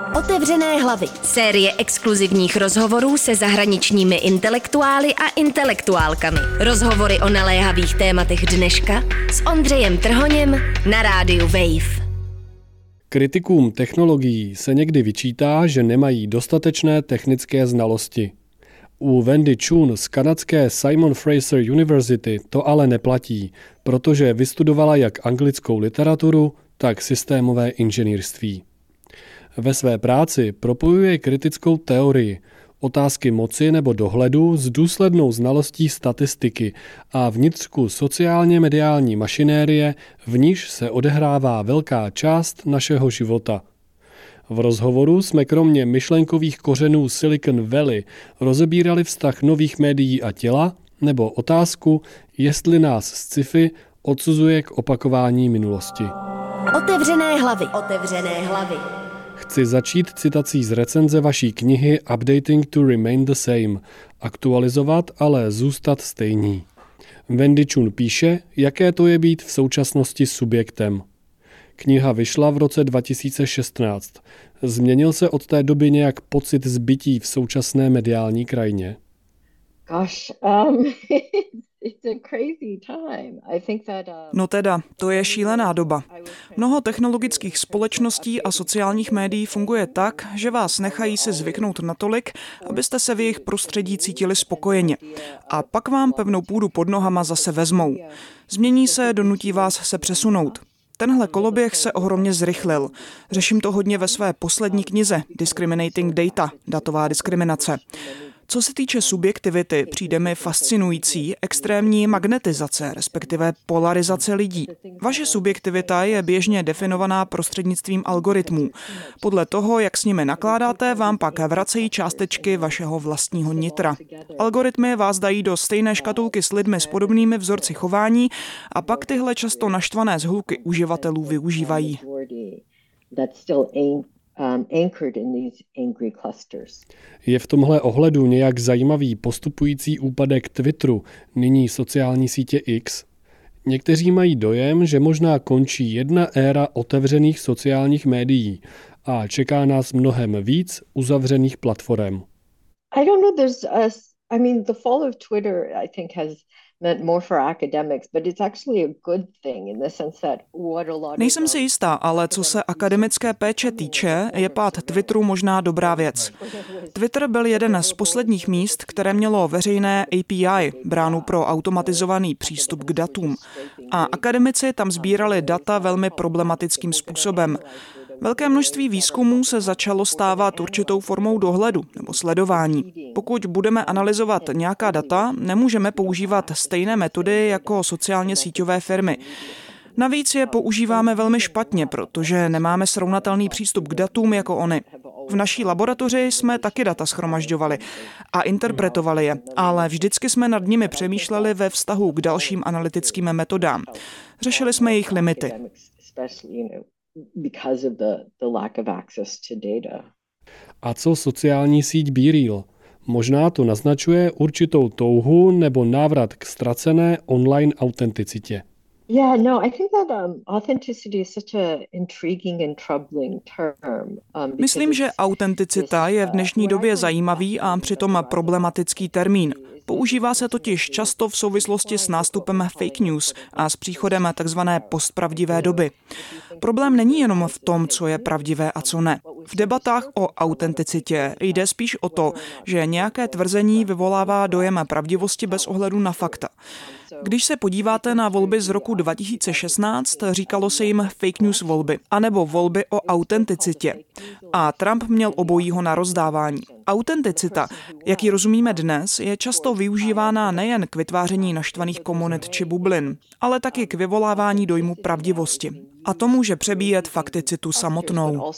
Otevřené hlavy. Série exkluzivních rozhovorů se zahraničními intelektuály a intelektuálkami. Rozhovory o naléhavých tématech dneška s Ondřejem Trhoněm na rádiu Wave. Kritikům technologií se někdy vyčítá, že nemají dostatečné technické znalosti. U Wendy Chun z kanadské Simon Fraser University to ale neplatí, protože vystudovala jak anglickou literaturu, tak systémové inženýrství. Ve své práci propojuje kritickou teorii, otázky moci nebo dohledu s důslednou znalostí statistiky a vnitřku sociálně mediální mašinérie, v níž se odehrává velká část našeho života. V rozhovoru jsme kromě myšlenkových kořenů Silicon Valley rozebírali vztah nových médií a těla nebo otázku, jestli nás sci-fi odsuzuje k opakování minulosti. Otevřené hlavy. Otevřené hlavy. Chci začít citací z recenze vaší knihy Updating to Remain the Same. Aktualizovat, ale zůstat stejný. Wendy Chun píše, jaké to je být v současnosti subjektem. Kniha vyšla v roce 2016. Změnil se od té doby nějak pocit zbytí v současné mediální krajině? No teda, to je šílená doba. Mnoho technologických společností a sociálních médií funguje tak, že vás nechají si zvyknout natolik, abyste se v jejich prostředí cítili spokojeně. A pak vám pevnou půdu pod nohama zase vezmou. Změní se, donutí vás se přesunout. Tenhle koloběh se ohromně zrychlil. Řeším to hodně ve své poslední knize Discriminating Data, datová diskriminace. Co se týče subjektivity, přijde mi fascinující extrémní magnetizace, respektive polarizace lidí. Vaše subjektivita je běžně definovaná prostřednictvím algoritmů. Podle toho, jak s nimi nakládáte, vám pak vracejí částečky vašeho vlastního nitra. Algoritmy vás dají do stejné škatulky s lidmi s podobnými vzorci chování a pak tyhle často naštvané zhluky uživatelů využívají. Je v tomhle ohledu nějak zajímavý postupující úpadek Twitteru, nyní sociální sítě X? Někteří mají dojem, že možná končí jedna éra otevřených sociálních médií a čeká nás mnohem víc uzavřených platform. The fall of Twitter, I think, has meant more for academics, but it's actually a good thing in the sense that what a lot. Nejsem si jistá, ale co se akademické péče týče, je pád Twitteru možná dobrá věc. Twitter byl jeden z posledních míst, které mělo veřejné API, bránu pro automatizovaný přístup k datům. A akademici tam sbírali data velmi problematickým způsobem. Velké množství výzkumů se začalo stávat určitou formou dohledu nebo sledování. Pokud budeme analyzovat nějaká data, nemůžeme používat stejné metody jako sociálně síťové firmy. Navíc je používáme velmi špatně, protože nemáme srovnatelný přístup k datům jako oni. V naší laboratoři jsme taky data shromažďovali a interpretovali je, ale vždycky jsme nad nimi přemýšleli ve vztahu k dalším analytickým metodám. Řešili jsme jejich limity. Because of the lack of access to data. A co sociální síť BeReal? Možná to naznačuje určitou touhu nebo návrat k ztracené online autenticitě. I think that authenticity is such a intriguing and troubling term. Myslím, že autenticita je v dnešní době zajímavý a přitom problematický termín. Používá se totiž často v souvislosti s nástupem fake news a s příchodem takzvané postpravdivé doby. Problém není jenom v tom, co je pravdivé a co ne. V debatách o autenticitě jde spíš o to, že nějaké tvrzení vyvolává dojem pravdivosti bez ohledu na fakta. Když se podíváte na volby z roku 2016, říkalo se jim fake news volby, anebo volby o autenticitě. A Trump měl obojího na rozdávání. Autenticita, jak ji rozumíme dnes, je často využívána nejen k vytváření naštvaných komunit či bublin, ale taky k vyvolávání dojmu pravdivosti. A to může přebíjet fakticitu samotnou.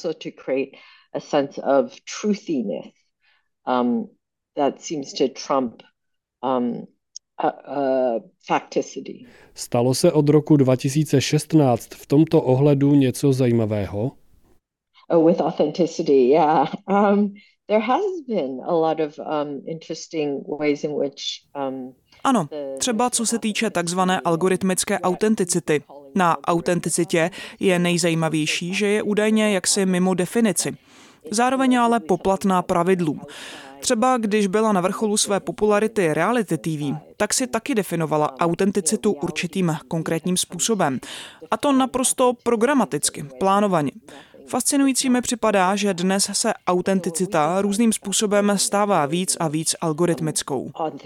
Stalo se od roku 2016 v tomto ohledu něco zajímavého? With authenticity, yeah. There has been a lot of interesting ways in which Ano, třeba co se týče takzvané algoritmické autenticity. Na autenticitě je nejzajímavější, že je údajně jaksi mimo definici. Zároveň ale poplatná pravidlům. Třeba když byla na vrcholu své popularity reality TV, tak si taky definovala autenticitu určitým konkrétním způsobem. A to naprosto programaticky, plánovaně. Fascinující mi připadá, že dnes se autenticita různým způsobem stává víc a víc algoritmickou.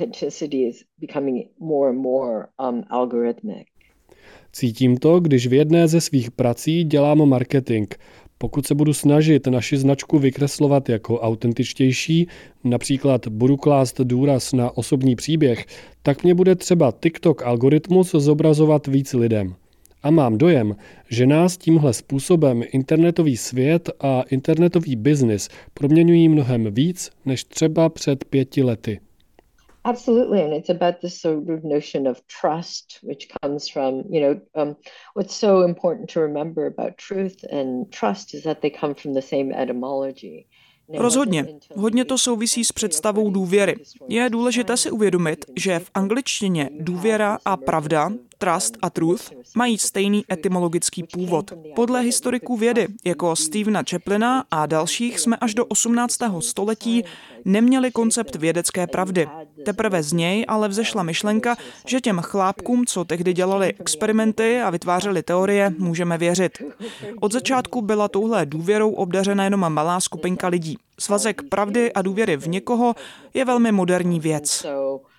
Cítím to, když v jedné ze svých prací dělám marketing. Pokud se budu snažit naši značku vykreslovat jako autentičtější, například budu klást důraz na osobní příběh, tak mě bude třeba TikTok algoritmus zobrazovat víc lidem. A mám dojem, že nás tímhle způsobem internetový svět a internetový biznis proměňují mnohem víc než třeba před 5 lety. Absolutely, and it's about this sort of notion of trust, which comes from, what's so important to remember about truth and trust is that they come from the same etymology. Rozhodně. Hodně to souvisí s představou důvěry. Je důležité si uvědomit, že v angličtině důvěra a pravda, trust a truth, mají stejný etymologický původ. Podle historiků vědy, jako Stephena Chaplina a dalších, jsme až do 18. století neměli koncept vědecké pravdy. Teprve z něj ale vzešla myšlenka, že těm chlápkům, co tehdy dělali experimenty a vytvářeli teorie, můžeme věřit. Od začátku byla touhle důvěrou obdařena jenom malá skupinka lidí. Svazek pravdy a důvěry v někoho je velmi moderní věc.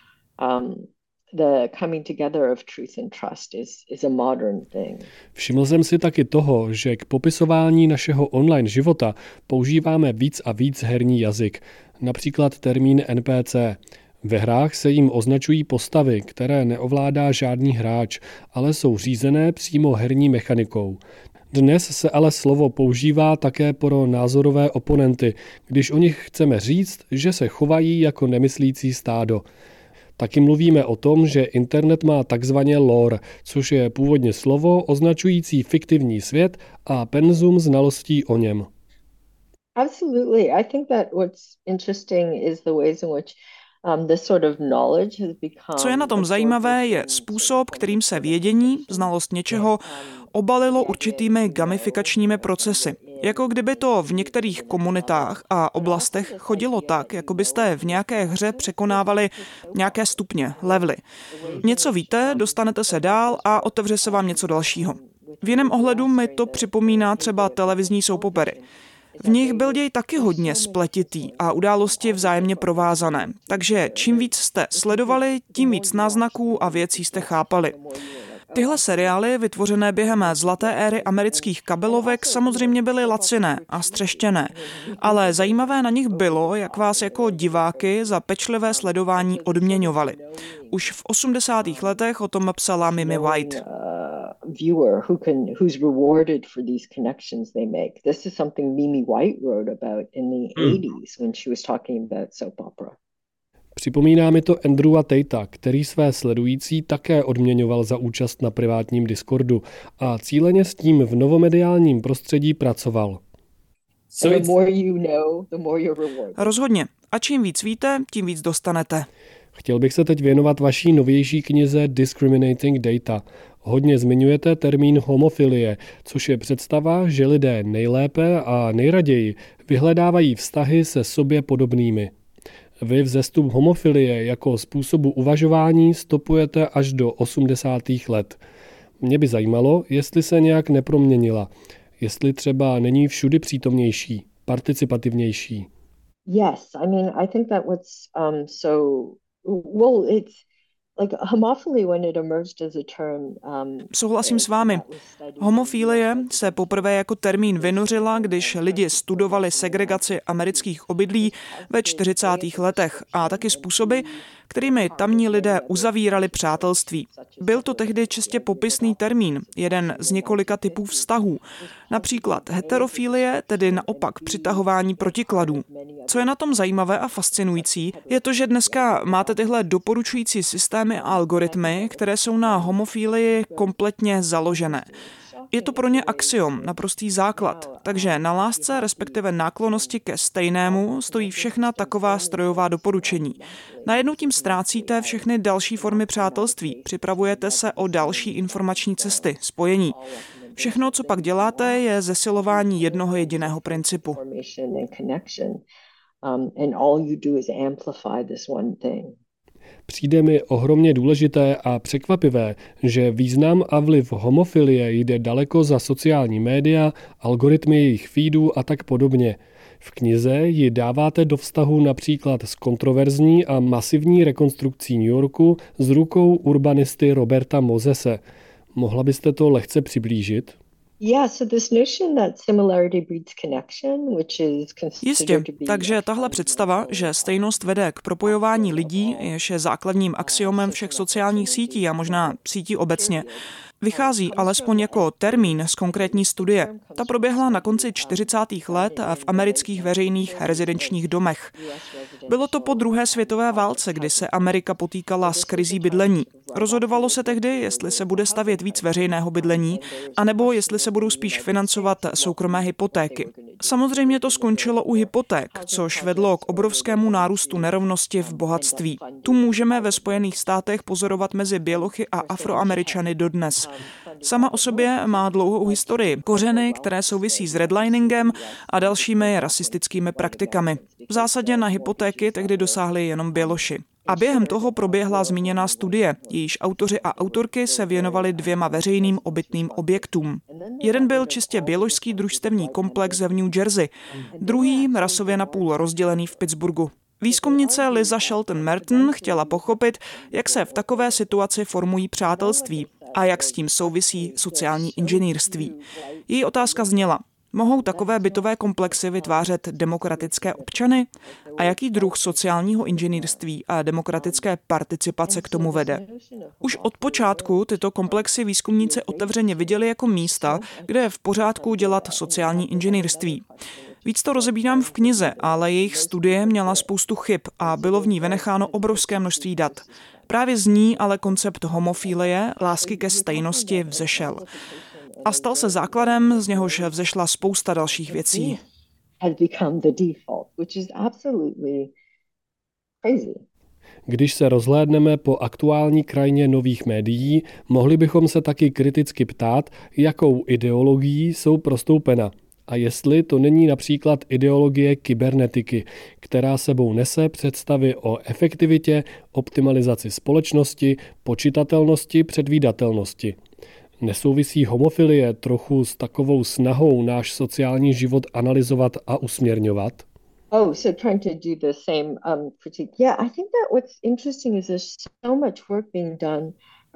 Všiml jsem si taky toho, že k popisování našeho online života používáme víc a víc herní jazyk, například termín NPC. Ve hrách se jim označují postavy, které neovládá žádný hráč, ale jsou řízené přímo herní mechanikou. Dnes se ale slovo používá také pro názorové oponenty, když o nich chceme říct, že se chovají jako nemyslící stádo. Taky mluvíme o tom, že internet má takzvaně lore, což je původně slovo označující fiktivní svět a penzum znalostí o něm. Absolutely. I think that what's interesting is the ways in which co je na tom zajímavé, je způsob, kterým se vědění, znalost něčeho, obalilo určitými gamifikačními procesy. Jako kdyby to v některých komunitách a oblastech chodilo tak, jako byste v nějaké hře překonávali nějaké stupně, levely. Něco víte, dostanete se dál a otevře se vám něco dalšího. V jiném ohledu mi to připomíná třeba televizní soap-opery. V nich byl děj taky hodně spletitý a události vzájemně provázané. Takže čím víc jste sledovali, tím víc náznaků a věcí jste chápali. Tyhle seriály, vytvořené během zlaté éry amerických kabelovek, samozřejmě byly laciné a střeštěné. Ale zajímavé na nich bylo, jak vás jako diváky za pečlivé sledování odměňovali. Už v 80. letech o tom psala Mimi White. Viewer who's rewarded for these connections they make. This is something Mimi White wrote about in the 80s when she was talking about soap opera. Připomíná mi to Andrewa Tatea, který své sledující také odměňoval za účast na privátním Discordu a cíleně s tím v novomediálním prostředí pracoval. Rozhodně. A čím víc víte, tím víc dostanete. Chtěl bych se teď věnovat vaší novější knize Discriminating Data. Hodně zmiňujete termín homofilie, což je představa, že lidé nejlépe a nejraději vyhledávají vztahy se sobě podobnými. Vy vzestup homofilie jako způsobu uvažování stopujete až do 80. let. Mě by zajímalo, jestli se nějak neproměnila, jestli třeba není všudy přítomnější, participativnější. Yes, I mean, I think that what's it's like homophily when it emerged as a term. Souhlasím s vámi. Homofilie se poprvé jako termín vynořila, když lidi studovali segregaci amerických obydlí ve 40. letech a taky způsoby, kterými tamní lidé uzavírali přátelství. Byl to tehdy čistě popisný termín, jeden z několika typů vztahů. Například heterofilie, tedy naopak přitahování protikladů. Co je na tom zajímavé a fascinující, je to, že dneska máte tyhle doporučující systémy a algoritmy, které jsou na homofilii kompletně založené. Je to pro ně axiom, naprostý základ. Takže na lásce, respektive náklonnosti ke stejnému, stojí všechna taková strojová doporučení. Najednou tím ztrácíte všechny další formy přátelství, připravujete se o další informační cesty, spojení. Všechno, co pak děláte, je zesilování jednoho jediného principu. Přijde mi ohromně důležité a překvapivé, že význam a vliv homofilie jde daleko za sociální média, algoritmy jejich feedů a tak podobně. V knize ji dáváte do vztahu například s kontroverzní a masivní rekonstrukcí New Yorku z rukou urbanisty Roberta Mosese. Mohla byste to lehce přiblížit? Jistě, takže tahle představa, že stejnost vede k propojování lidí, jež je základním axiomem všech sociálních sítí a možná sítí obecně, vychází alespoň jako termín z konkrétní studie. Ta proběhla na konci 40. let v amerických veřejných rezidenčních domech. Bylo to po druhé světové válce, kdy se Amerika potýkala s krizí bydlení. Rozhodovalo se tehdy, jestli se bude stavět víc veřejného bydlení, anebo jestli se budou spíš financovat soukromé hypotéky. Samozřejmě to skončilo u hypoték, což vedlo k obrovskému nárůstu nerovnosti v bohatství. Tu můžeme ve Spojených státech pozorovat mezi Bělochy a Afroameričany dodnes. Sama o sobě má dlouhou historii, kořeny, které souvisí s redliningem a dalšími rasistickými praktikami. V zásadě na hypotéky tehdy dosáhli jenom Běloši. A během toho proběhla zmíněná studie, jejíž autoři a autorky se věnovali dvěma veřejným obytným objektům. Jeden byl čistě běložský družstevní komplex v New Jersey, druhý rasově napůl rozdělený v Pittsburghu. Výzkumnice Liza Shelton Merton chtěla pochopit, jak se v takové situaci formují přátelství a jak s tím souvisí sociální inženýrství. Její otázka zněla: mohou takové bytové komplexy vytvářet demokratické občany? A jaký druh sociálního inženýrství a demokratické participace k tomu vede? Už od počátku tyto komplexy výzkumníci otevřeně viděli jako místa, kde je v pořádku dělat sociální inženýrství. Víc to rozebírám v knize, ale jejich studie měla spoustu chyb a bylo v ní vynecháno obrovské množství dat. Právě z ní ale koncept homofilie, lásky ke stejnosti, vzešel. A stal se základem, z něhož vzešla spousta dalších věcí. Když se rozhlédneme po aktuální krajině nových médií, mohli bychom se taky kriticky ptát, jakou ideologií jsou prostoupena. A jestli to není například ideologie kybernetiky, která sebou nese představy o efektivitě, optimalizaci společnosti, počitatelnosti, předvídatelnosti. Nesouvisí homofilie trochu s takovou snahou náš sociální život analyzovat a usměrňovat? So trying to do the same critique. Yeah, I think that what's interesting is there's so much work being done.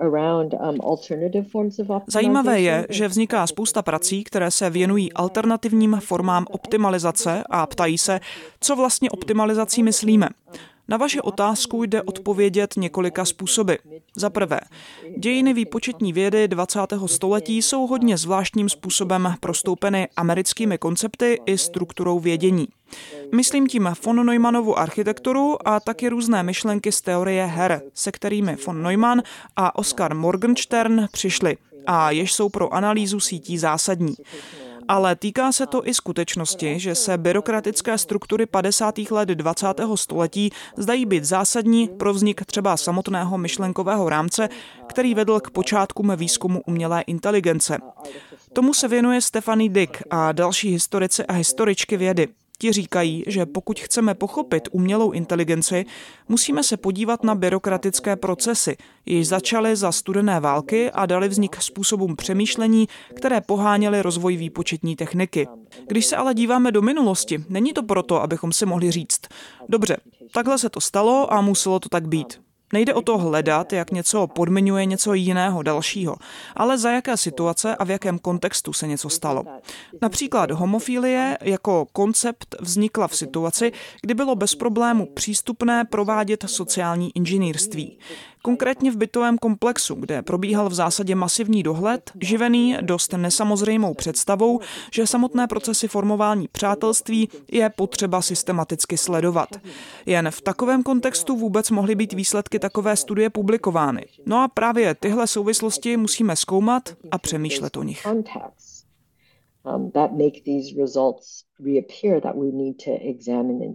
Zajímavé je, že vzniká spousta prací, které se věnují alternativním formám optimalizace a ptají se, co vlastně optimalizací myslíme. Na vaši otázku jde odpovědět několika způsoby. Za prvé, dějiny výpočetní vědy 20. století jsou hodně zvláštním způsobem prostoupeny americkými koncepty i strukturou vědění. Myslím tím von Neumannovu architekturu a taky různé myšlenky z teorie her, se kterými von Neumann a Oskar Morgenstern přišli a jež jsou pro analýzu sítí zásadní. Ale týká se to i skutečnosti, že se byrokratické struktury 50. let 20. století zdají být zásadní pro vznik třeba samotného myšlenkového rámce, který vedl k počátkům výzkumu umělé inteligence. Tomu se věnuje Stephanie Dick a další historici a historičky vědy. Ti říkají, že pokud chceme pochopit umělou inteligenci, musíme se podívat na byrokratické procesy, jež začaly za studené války a dali vznik způsobům přemýšlení, které poháněly rozvoj výpočetní techniky. Když se ale díváme do minulosti, není to proto, abychom si mohli říct: dobře, takhle se to stalo a muselo to tak být. Nejde o to hledat, jak něco podmiňuje něco jiného, dalšího, ale za jaké situace a v jakém kontextu se něco stalo. Například homofilie jako koncept vznikla v situaci, kdy bylo bez problému přístupné provádět sociální inženýrství. Konkrétně v bytovém komplexu, kde probíhal v zásadě masivní dohled, živený dost nesamozřejmou představou, že samotné procesy formování přátelství je potřeba systematicky sledovat. Jen v takovém kontextu vůbec mohly být výsledky takové studie publikovány. No a právě tyhle souvislosti musíme zkoumat a přemýšlet o nich.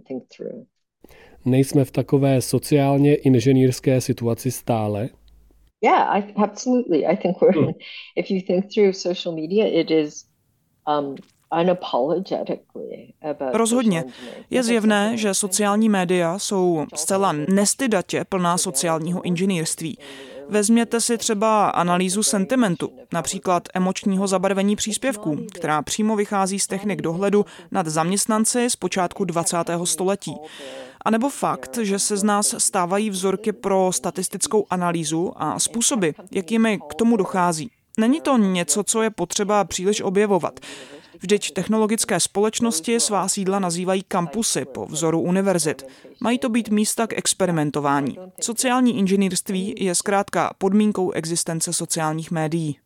Nejsme v takové sociálně inženýrské situaci stále? Yeah, absolutely. I think if you think through social media, it is unapologetically about Rozhodně. social engineering. Je zjevné, že sociální média jsou zcela nestydatě plná sociálního inženýrství. Vezměte si třeba analýzu sentimentu, například emočního zabarvení příspěvků, která přímo vychází z technik dohledu nad zaměstnanci z počátku 20. století. A nebo fakt, že se z nás stávají vzorky pro statistickou analýzu a způsoby, jakými k tomu dochází. Není to něco, co je potřeba příliš objevovat. Vždyť technologické společnosti svá sídla nazývají kampusy po vzoru univerzit. Mají to být místa k experimentování. Sociální inženýrství je zkrátka podmínkou existence sociálních médií.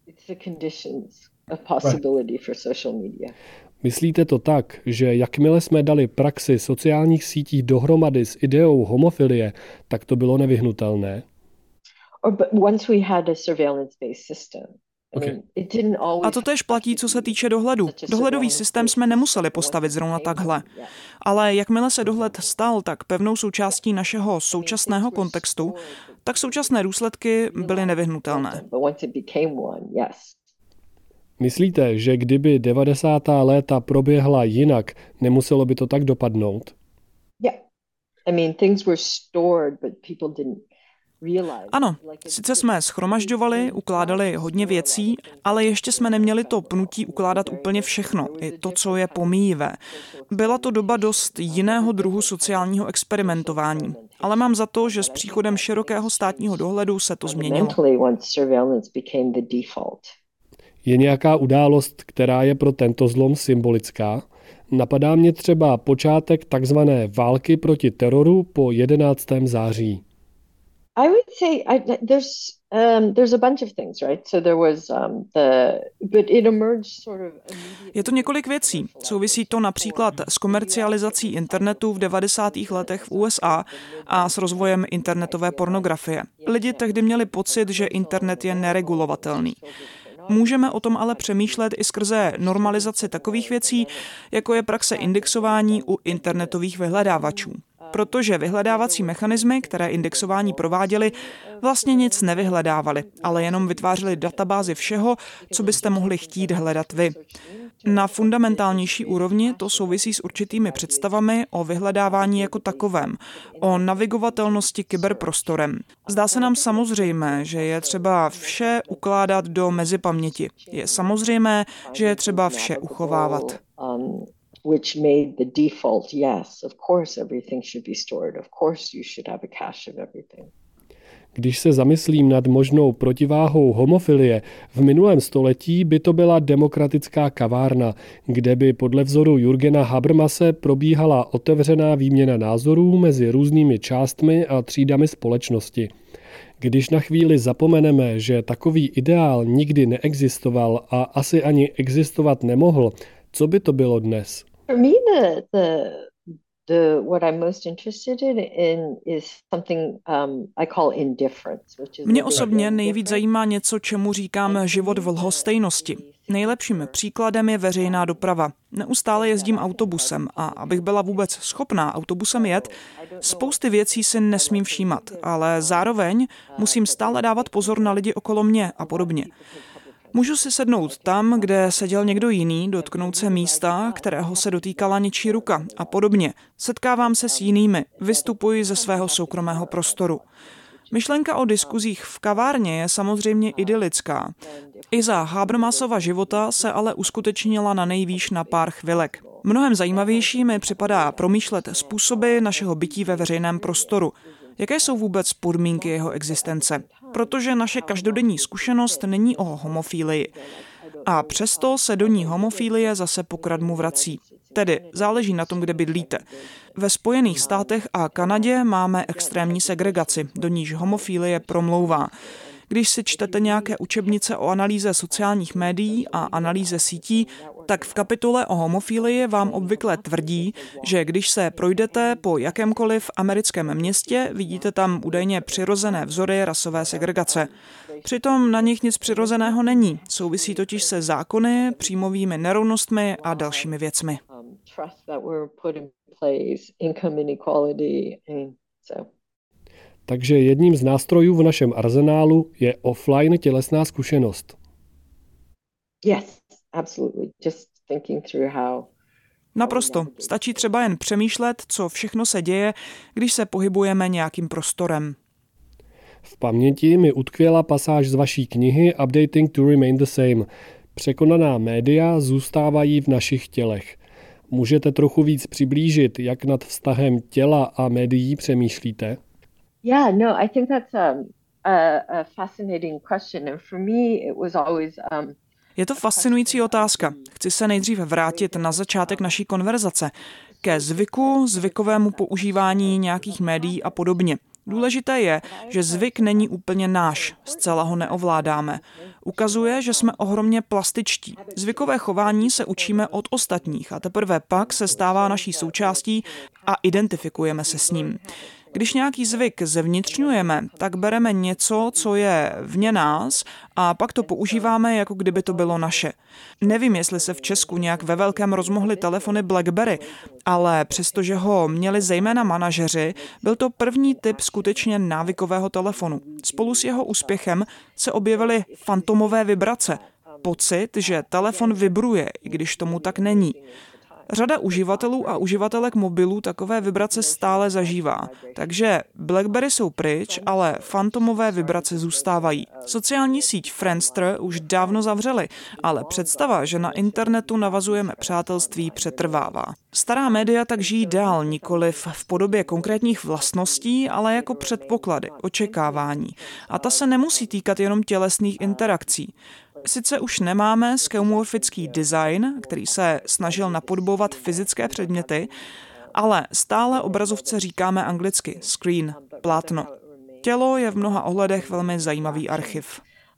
Myslíte to tak, že jakmile jsme dali praxi sociálních sítí dohromady s ideou homofilie, tak to bylo nevyhnutelné? Okay. A to též platí, co se týče dohledu. Dohledový systém jsme nemuseli postavit zrovna takhle. Ale jakmile se dohled stal tak pevnou součástí našeho současného kontextu, tak současné důsledky byly nevyhnutelné. Myslíte, že kdyby 90. léta proběhla jinak, nemuselo by to tak dopadnout? Ano, sice jsme shromažďovali, ukládali hodně věcí, ale ještě jsme neměli to pnutí ukládat úplně všechno, i to, co je pomíjivé. Byla to doba dost jiného druhu sociálního experimentování, ale mám za to, že s příchodem širokého státního dohledu se to změnilo. Je nějaká událost, která je pro tento zlom symbolická? Napadá mě třeba počátek takzvané války proti teroru po 11. září. I would say there's a bunch of things, right? So there was but it emerged sort of. Je to několik věcí. Souvisí to například s komercializací internetu v 90. letech v USA a s rozvojem internetové pornografie. Lidi tehdy měli pocit, že internet je neregulovatelný. Můžeme o tom ale přemýšlet i skrze normalizaci takových věcí, jako je praxe indexování u internetových vyhledávačů. Protože vyhledávací mechanismy, které indexování prováděly, vlastně nic nevyhledávaly, ale jenom vytvářely databázi všeho, co byste mohli chtít hledat vy. Na fundamentálnější úrovni to souvisí s určitými představami o vyhledávání jako takovém, o navigovatelnosti kyberprostorem. Zdá se nám samozřejmé, že je třeba vše ukládat do mezipaměti. Je samozřejmé, že je třeba vše uchovávat. Which made the default, yes, of course everything should be stored. Of course you should have a cache of everything. Když se zamyslím nad možnou protiváhou homofilie, v minulém století by to byla demokratická kavárna, kde by podle vzoru Jürgena Habermase probíhala otevřená výměna názorů mezi různými částmi a třídami společnosti. Když na chvíli zapomeneme, že takový ideál nikdy neexistoval a asi ani existovat nemohl, co by to bylo dnes? For me, what I'm most interested in is something I call indifference. Mě osobně nejvíc zajímá něco, čemu říkám život v lhostejnosti. Nejlepším příkladem je veřejná doprava. Neustále jezdím autobusem a abych byla vůbec schopná autobusem jet, spousty věcí si nesmím všímat, ale zároveň musím stále dávat pozor na lidi okolo mě a podobně. Můžu si sednout tam, kde seděl někdo jiný, dotknout se místa, kterého se dotýkala něčí ruka a podobně. Setkávám se s jinými, vystupuji ze svého soukromého prostoru. Myšlenka o diskuzích v kavárně je samozřejmě idylická. I za Habermasova života se ale uskutečnila na nejvýš na pár chvilek. Mnohem zajímavější mi připadá promýšlet způsoby našeho bytí ve veřejném prostoru. Jaké jsou vůbec podmínky jeho existence? Protože naše každodenní zkušenost není o homofílii. A přesto se do ní homofilie zase pokradmu vrací. Tedy záleží na tom, kde bydlíte. Ve Spojených státech a Kanadě máme extrémní segregaci, do níž homofilie promlouvá. Když si čtete nějaké učebnice o analýze sociálních médií a analýze sítí, tak v kapitole o homofilii vám obvykle tvrdí, že když se projdete po jakémkoliv americkém městě, vidíte tam údajně přirozené vzory rasové segregace. Přitom na nich nic přirozeného není. Souvisí totiž se zákony, příjmovými nerovnostmi a dalšími věcmi. Takže jedním z nástrojů v našem arzenálu je offline tělesná zkušenost. Yes, absolutely. Just thinking through how. Naprosto. Stačí třeba jen přemýšlet, co všechno se děje, když se pohybujeme nějakým prostorem. V paměti mi utkvěla pasáž z vaší knihy Updating to Remain the Same. Překonaná média zůstávají v našich tělech. Můžete trochu víc přiblížit, jak nad vztahem těla a médií přemýšlíte? Yeah, no, I think that's a fascinating question. And for me, it was always Je to fascinující otázka. Chci se nejdřív vrátit na začátek naší konverzace ke zvykovému používání nějakých médií a podobně. Důležité je, že zvyk není úplně náš, zcela ho neovládáme. Ukazuje, že jsme ohromně plastičtí. Zvykové chování se učíme od ostatních a teprve pak se stává naší součástí a identifikujeme se s ním. Když nějaký zvyk zevnitřňujeme, tak bereme něco, co je vně nás a pak to používáme, jako kdyby to bylo naše. Nevím, jestli se v Česku nějak ve velkém rozmohly telefony BlackBerry, ale přestože ho měli zejména manažeři, byl to první typ skutečně návykového telefonu. Spolu s jeho úspěchem se objevily fantomové vibrace. Pocit, že telefon vibruje, i když tomu tak není. Řada uživatelů a uživatelek mobilů takové vibrace stále zažívá. Takže BlackBerry jsou pryč, ale fantomové vibrace zůstávají. Sociální síť Friendster už dávno zavřeli, ale představa, že na internetu navazujeme přátelství, přetrvává. Stará média tak žijí dál, nikoliv v podobě konkrétních vlastností, ale jako předpoklady, očekávání. A ta se nemusí týkat jenom tělesných interakcí. Sice už nemáme skeuomorfický design, který se snažil napodobovat fyzické předměty, ale stále obrazovce říkáme anglicky screen, plátno. Tělo je v mnoha ohledech velmi zajímavý archiv.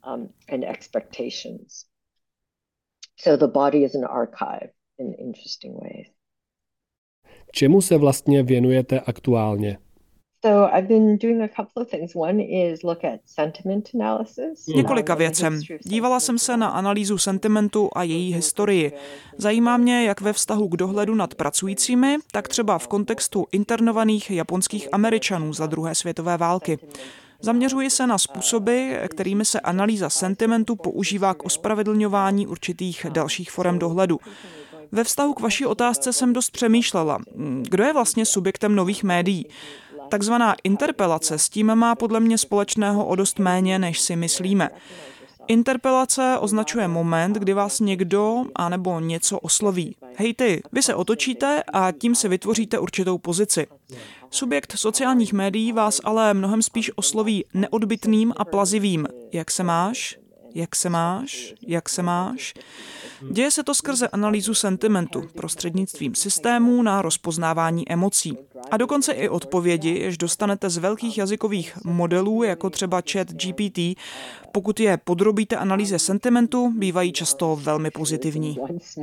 Čemu se vlastně věnujete aktuálně? So I've been doing a couple of things. One is look at sentiment analysis. Několika věcem. Dívala jsem se na analýzu sentimentu a její historii. Zajímá mě, jak ve vztahu k dohledu nad pracujícími, tak třeba v kontextu internovaných japonských Američanů za druhé světové války. Zaměřuji se na způsoby, kterými se analýza sentimentu používá k ospravedlňování určitých dalších forem dohledu. Ve vztahu k vaší otázce jsem dost přemýšlela. Kdo je vlastně subjektem nových médií? Takzvaná interpelace s tím má podle mě společného o dost méně, než si myslíme. Interpelace označuje moment, kdy vás někdo anebo něco osloví. Hej ty, vy se otočíte a tím si vytvoříte určitou pozici. Subjekt sociálních médií vás ale mnohem spíš osloví neodbytným a plazivým. Jak se máš? Jak se máš? Jak se máš? Děje se to skrze analýzu sentimentu, prostřednictvím systémů na rozpoznávání emocí. A dokonce i odpovědi, jež dostanete z velkých jazykových modelů, jako třeba ChatGPT, pokud je podrobíte analýze sentimentu, bývají často velmi pozitivní.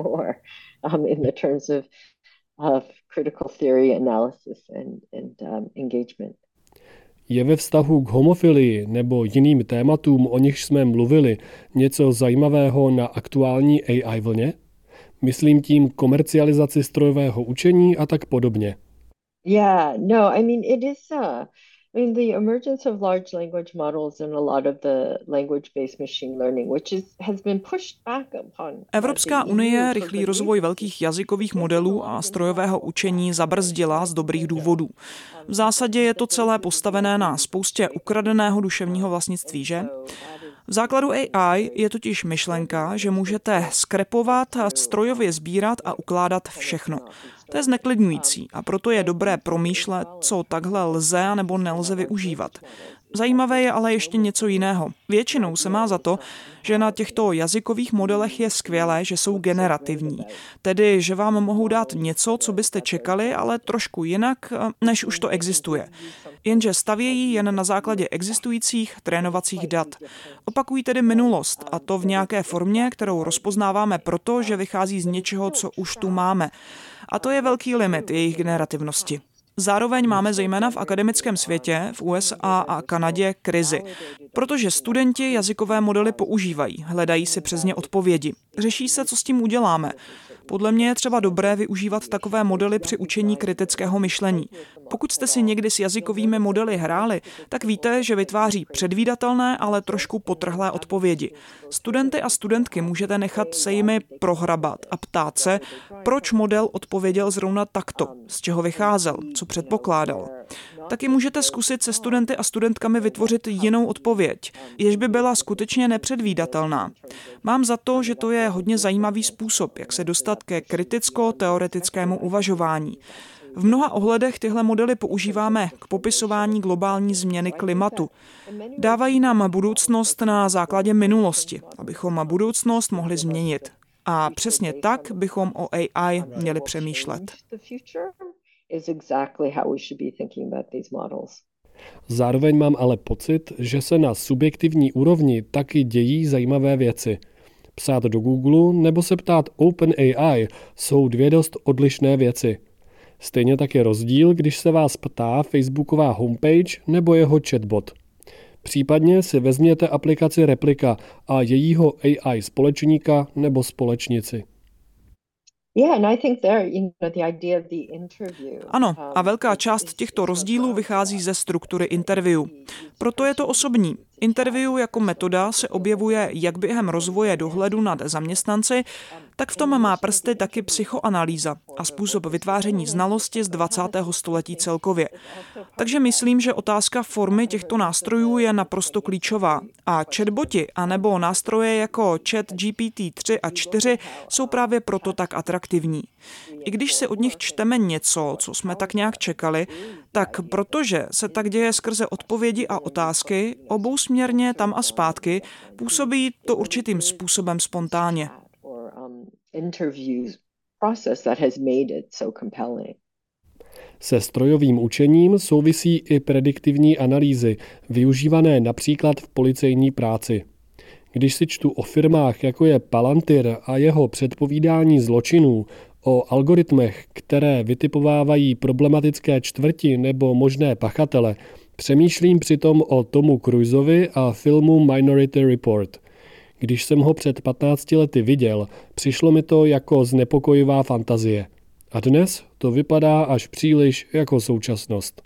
Je ve vztahu k homofilii nebo jiným tématům, o nichž jsme mluvili, něco zajímavého na aktuální AI vlně? Myslím tím komercializaci strojového učení a tak podobně. Yeah, no, I mean it is the emergence of large language models and a lot of the language-based machine learning, which has been pushed back upon. Evropská unie rychlý rozvoj velkých jazykových modelů a strojového učení zabrzdila z dobrých důvodů. V zásadě je to celé postavené na spoustě ukradeného duševního vlastnictví, že? V základu AI je totiž myšlenka, že můžete skrepovat, strojově sbírat a ukládat všechno. To je zneklidňující a proto je dobré promýšlet, co takhle lze nebo nelze využívat. Zajímavé je ale ještě něco jiného. Většinou se má za to, že na těchto jazykových modelech je skvělé, že jsou generativní. Tedy, že vám mohou dát něco, co byste čekali, ale trošku jinak, než už to existuje. Jenže stavějí jen na základě existujících trénovacích dat. Opakují tedy minulost, a to v nějaké formě, kterou rozpoznáváme proto, že vychází z něčeho, co už tu máme. A to je velký limit jejich generativnosti. Zároveň máme zejména v akademickém světě, v USA a Kanadě krizi, protože studenti jazykové modely používají, hledají si přes ně odpovědi. Řeší se, co s tím uděláme. Podle mě je třeba dobré využívat takové modely při učení kritického myšlení. Pokud jste si někdy s jazykovými modely hráli, tak víte, že vytváří předvídatelné, ale trošku potrhlé odpovědi. Studenty a studentky můžete nechat se jimi prohrabat a ptát se, proč model odpověděl zrovna takto, z čeho vycházel, co předpokládal. Taky můžete zkusit se studenty a studentkami vytvořit jinou odpověď, jež by byla skutečně nepředvídatelná. Mám za to, že to je hodně zajímavý způsob, jak se dostat ke kriticko-teoretickému uvažování. V mnoha ohledech tyhle modely používáme k popisování globální změny klimatu. Dávají nám budoucnost na základě minulosti, abychom budoucnost mohli změnit. A přesně tak bychom o AI měli přemýšlet. Zároveň mám ale pocit, že se na subjektivní úrovni taky dějí zajímavé věci. Psát do Google nebo se ptát OpenAI jsou dvě dost odlišné věci. Stejně tak je rozdíl, když se vás ptá Facebooková homepage nebo jeho chatbot. Případně si vezměte aplikaci Replika a jejího AI společníka nebo společnici. Ano, a velká část těchto rozdílů vychází ze struktury interview. Proto je to osobní. Interview jako metoda se objevuje jak během rozvoje dohledu nad zaměstnanci, tak v tom má prsty taky psychoanalýza a způsob vytváření znalosti z 20. století celkově. Takže myslím, že otázka formy těchto nástrojů je naprosto klíčová. A chatboti anebo nástroje jako ChatGPT 3 a 4 jsou právě proto tak atraktivní. I když si od nich čteme něco, co jsme tak nějak čekali, tak protože se tak děje skrze odpovědi a otázky, obousměrně tam a zpátky, působí to určitým způsobem spontánně. Se strojovým učením souvisí i prediktivní analýzy, využívané například v policejní práci. Když si čtu o firmách, jako je Palantir a jeho předpovídání zločinů, o algoritmech, které vytipovávají problematické čtvrti nebo možné pachatele, přemýšlím přitom o Tomu Cruisovi a filmu Minority Report. Když jsem ho před 15 lety viděl, přišlo mi to jako znepokojivá fantazie. A dnes to vypadá až příliš jako současnost.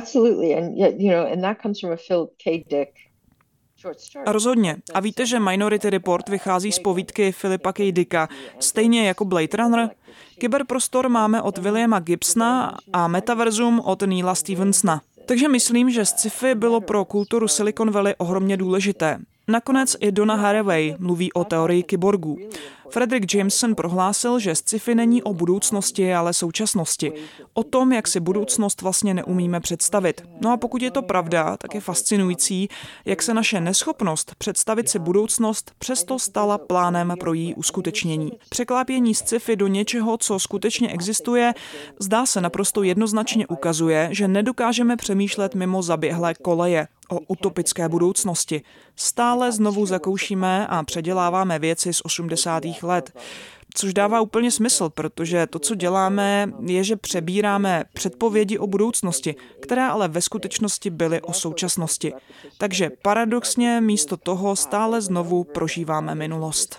Rozhodně. A víte, že Minority Report vychází z povídky Philipa K. Dicka, stejně jako Blade Runner? Kyberprostor máme od Williama Gibsona a metaverzum od Neila Stephensona. Takže myslím, že sci-fi bylo pro kulturu Silicon Valley ohromně důležité. Nakonec i Donna Haraway mluví o teorii kyborgů. Fredrick Jameson prohlásil, že sci-fi není o budoucnosti, ale současnosti. O tom, jak si budoucnost vlastně neumíme představit. No a pokud je to pravda, tak je fascinující, jak se naše neschopnost představit si budoucnost přesto stala plánem pro její uskutečnění. Překlápění sci-fi do něčeho, co skutečně existuje, zdá se naprosto jednoznačně ukazuje, že nedokážeme přemýšlet mimo zaběhlé koleje o utopické budoucnosti. Stále znovu zakoušíme a předěláváme věci z 80. let. Což dává úplně smysl, protože to, co děláme, je, že přebíráme předpovědi o budoucnosti, které ale ve skutečnosti byly o současnosti. Takže paradoxně místo toho stále znovu prožíváme minulost.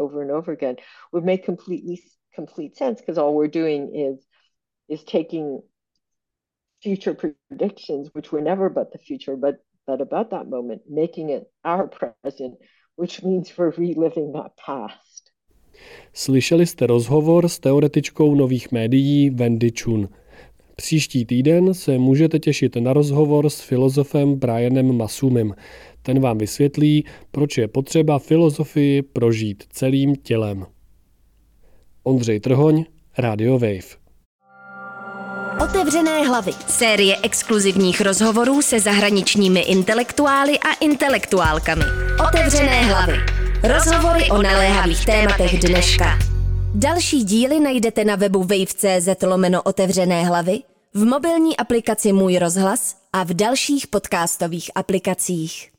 Future predictions, which were never but the future, but about that moment, making it our present, which means we're reliving that past. Slyšeli jste rozhovor s teoretičkou nových médií Wendy Chun. Příští týden se můžete těšit na rozhovor s filozofem Brianem Masumem. Ten vám vysvětlí, proč je potřeba filozofii prožít celým tělem. Ondřej Trhoň, Radio Wave. Otevřené hlavy. Série exkluzivních rozhovorů se zahraničními intelektuály a intelektuálkami. Otevřené hlavy. Rozhovory o naléhavých tématech dneška. Další díly najdete na webu wave.cz/otevřené hlavy, v mobilní aplikaci Můj rozhlas a v dalších podcastových aplikacích.